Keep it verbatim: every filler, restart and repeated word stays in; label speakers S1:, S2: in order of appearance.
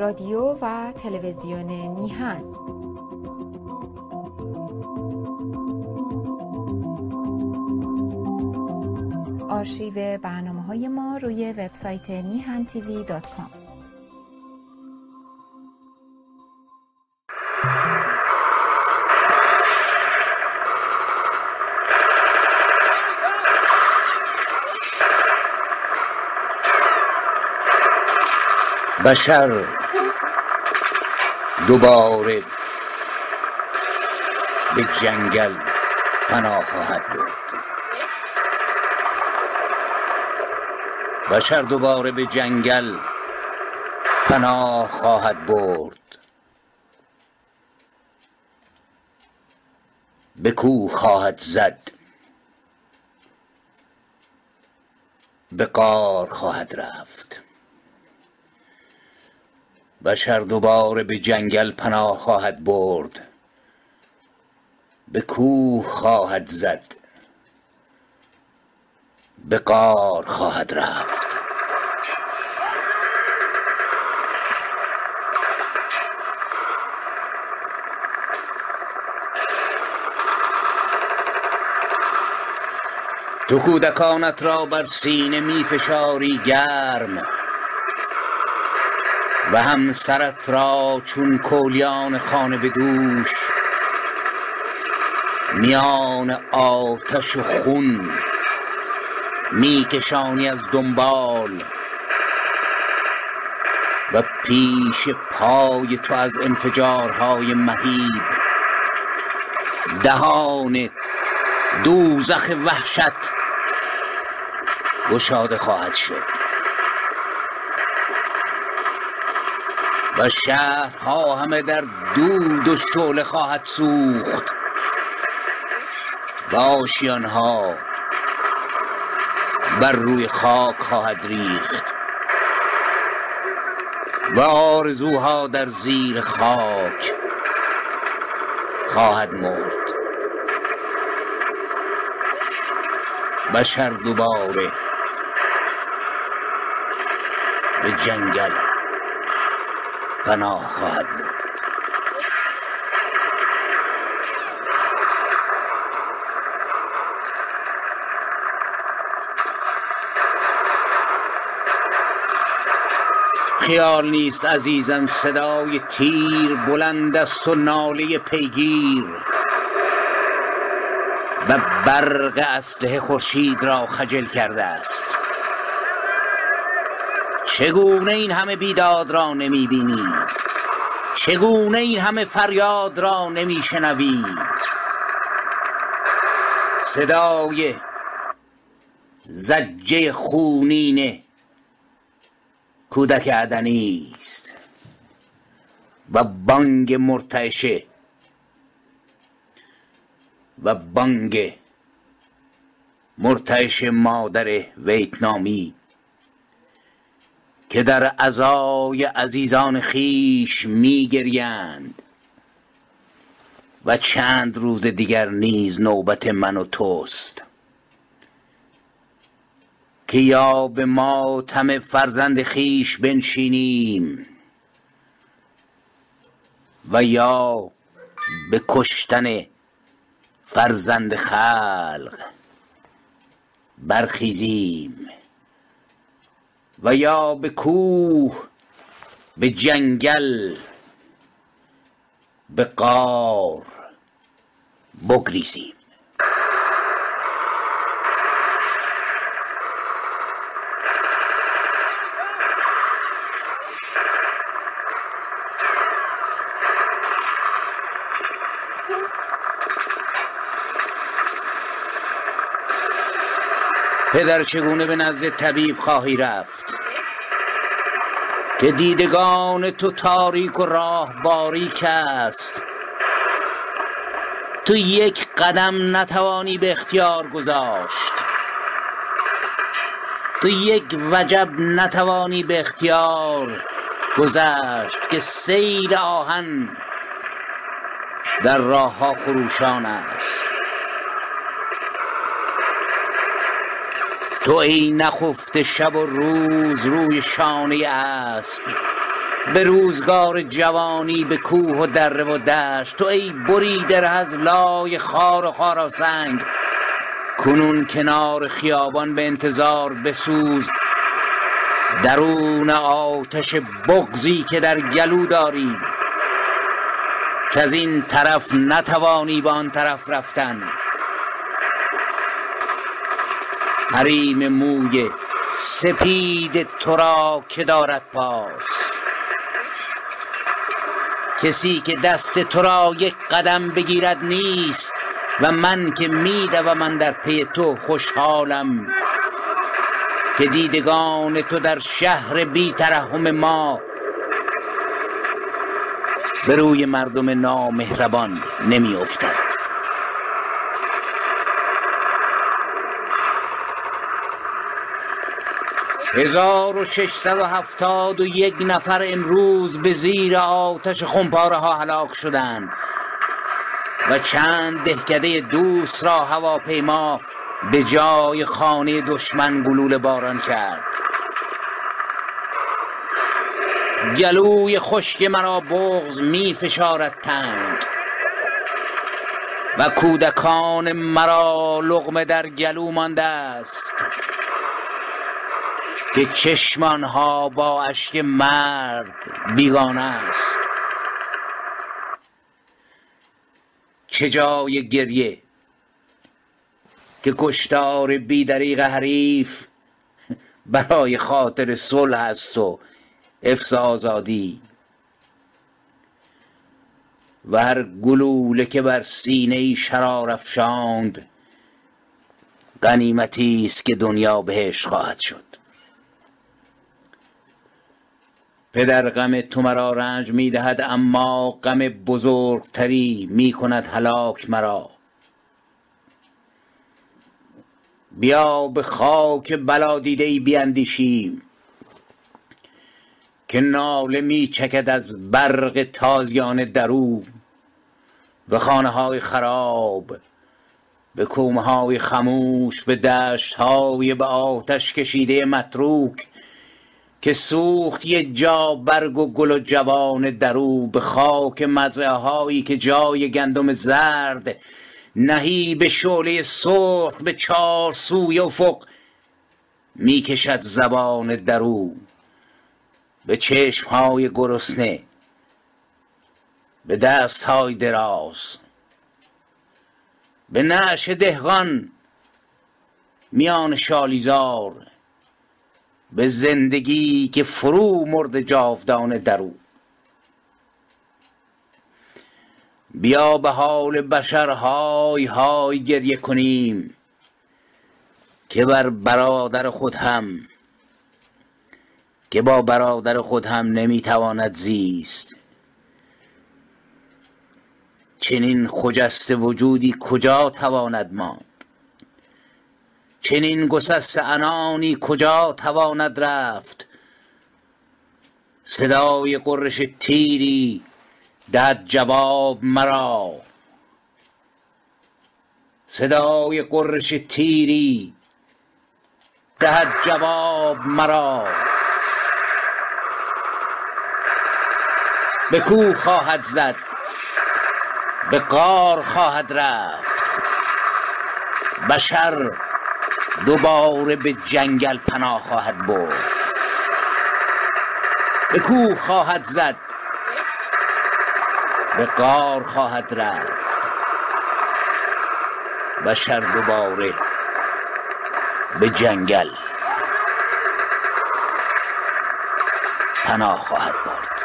S1: رادیو و تلویزیون میهن. آرشیو برنامه‌های ما روی وبسایت میهن تیوی دات کام.
S2: بشر دوباره به جنگل پناه خواهد برد. بشر دوباره به جنگل پناه خواهد برد. به کوه خواهد زد، به غار خواهد رفت. بشر دوباره به جنگل پناه خواهد برد، به کوه خواهد زد، به غار خواهد رفت. تو کودکانت را بر سینه می فشاری گرم و همسرت را چون کولیان خانه به دوش میان آتش و خون میکشانی از دنبال و پیش پای تو از انفجارهای مهیب دهان دوزخ وحشت گشاده خواهد شد و شهرها همه در دود و شعله خواهد سوخت و آشیانها بر روی خاک خواهد ریخت و آرزوها در زیر خاک خواهد مرد. بشر دوباره به جنگل پناه خواهد برد. خیال نیست عزیزم صدای تیر بلند است و ناله پیگیر و برق اسلحه خورشید را خجل کرده است. چگونه این همه بیداد را نمی بینی؟ چگونه این همه فریاد را نمی شنوی؟ صدای زجه خونین کودک عدنی است و بانگ مرتعشه و بانگ مرتعش مادر ویتنامی که در عزای عزیزان خیش می گریند و چند روز دیگر نیز نوبت من و توست که یا به ماتم فرزند خیش بنشینیم و یا به کشتن فرزند خلق برخیزیم و یا به کوه، به جنگل، به غار بگریزیم. پدر چگونه به نزد طبیب خواهی رفت که دیدگان تو تاریک و راه باریک است؟ تو یک قدم نتوانی به اختیار گذاشت، تو یک وجب نتوانی به اختیار گذشت که سیل آهن در راه ها خروشان است. تو ای نخفته شب و روز روی شانه اسب به روزگار جوانی به کوه و دره و دشت، تو ای بریده ره از لای خار و خاراسنگ، کنون کنار خیابان به انتظار بسوز، درون آتش بغضی که در گلو داری، که از این طرف نتوانی به آن طرف رفتن. حریم موی سپید تو را که دارد پاس، کسی که دست تو را یک قدم بگیرد نیست، و من که میدوم اندر پی تو خوشحالم، که دیدگان تو در شهر بی ترحم ما به روی مردم نامهربان نمی افتد. هزار و ششصد و هفتاد و یک نفر امروز به زیر آتش خمپاره ها هلاک شدند و چند دهکده دوست را هواپیما به جای خانه دشمن گلوله باران کرد. گلوی خشک مرا بغض می فشارد تنگ و کودکان مرا لقمه در گلو مانده است که چشمانها با اشک مرد بیگانه است. چه جای گریه که کشتار بیدریغ حریف برای خاطر صلح است و حفظ آزادی، و هر گلوله که بر سینه ای شرار افشاند غنیمتی است که دنیا بهش خواهد شد. پدر غم تو مرا رنج می دهد، اما غم بزرگتری می کند هلاک مرا. بیا به خاک بلا دیده ای بیندیشیم که ناله می چکد از برق تازیان درو، به خانه های خراب، به کومه های خموش، به دشت های به آتش کشیده متروک که سوخت یک جا برگ و گل و جوان درو، به خاک مزرعه هایی که جای گندم زرد نهیب شعله سرخ به چار سوی افق می کشد زبان درو، به چشم های گرسنه، به دست های دراز، به نعش دهقان میان شالیزار، به زندگی که فرو مرد جاودان درو. بیا به حال بشر های های گریه کنیم که بر برادر خود هم که با برادر خود هم نمیتواند زیست. چنین خجسته وجودی کجا تواند ماند؟ چنین گسسته عنانی کجا تواند رفت؟ صدای غرش تیری دهد جواب مرا، صدای غرش تیری دهد جواب مرا. به کوه خواهد زد، به غار خواهد رفت، بشر دوباره به جنگل پناه خواهد برد. به کوه خواهد زد، به غار خواهد رفت، بشر دوباره به جنگل پناه خواهد برد.